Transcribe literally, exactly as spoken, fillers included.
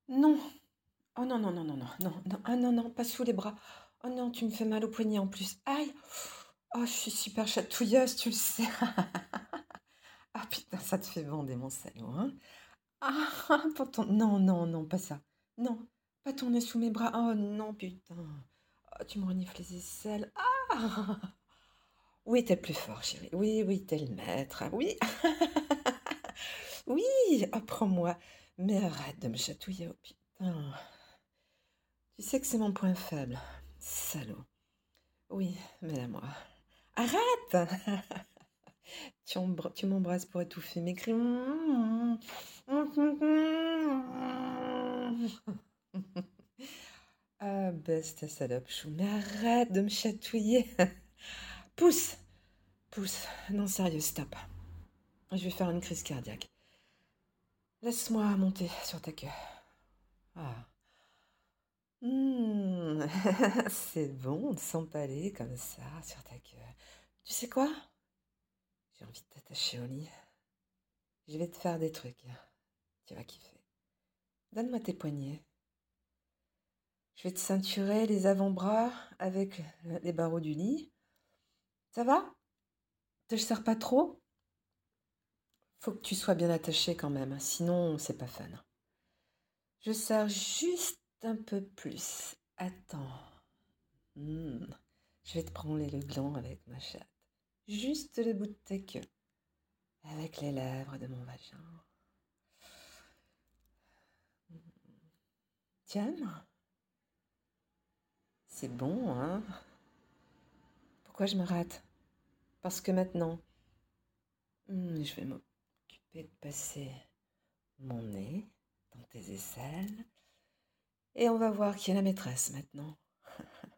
Non. Oh non, non, non, non, non, non, non, ah non, non, pas sous les bras. Oh non, tu me fais mal au poignet en plus. Aïe! Oh, je suis super chatouilleuse, tu le sais. Ah putain, ça te fait bander mon salaud, hein? Ah! Pour ton non, non, non, pas ça. Non, pas ton nez sous mes bras. Oh non, putain. Oh, tu me renifles les aisselles. Ah! Oui, tu es le plus fort, chérie. Oui, oui, tu es le maître. Oui! Oui! Oh, prends-moi. Mais arrête de me chatouiller, oh putain. Tu sais que c'est mon point faible. Salaud. Oui, mais à moi. Arrête! Tu embr tu m'embrasses pour étouffer mes cris. Ah, baisse ta salope chou, mais arrête de me chatouiller. Pousse! Pousse. Non, sérieux, stop. Je vais faire une crise cardiaque. Laisse-moi monter sur ta queue. Ah. Mmh. C'est bon de s'empaler comme ça sur ta queue. Tu sais quoi? J'ai envie de t'attacher au lit. Je vais te faire des trucs. Tu vas kiffer. Donne-moi tes poignets. Je vais te ceinturer les avant-bras avec les barreaux du lit. Ça va? Te serre pas trop? Faut que tu sois bien attaché quand même, sinon c'est pas fun. Je serre juste un peu plus. Attends. Hmm. Je vais te branler le gland avec ma chatte. Juste le bout de ta queue. Avec les lèvres de mon vagin. Tiens, c'est bon, hein? Pourquoi je me rate? Parce que maintenant, hmm, je vais m'occuper de passer mon nez dans tes aisselles. Et on va voir qui est la maîtresse maintenant.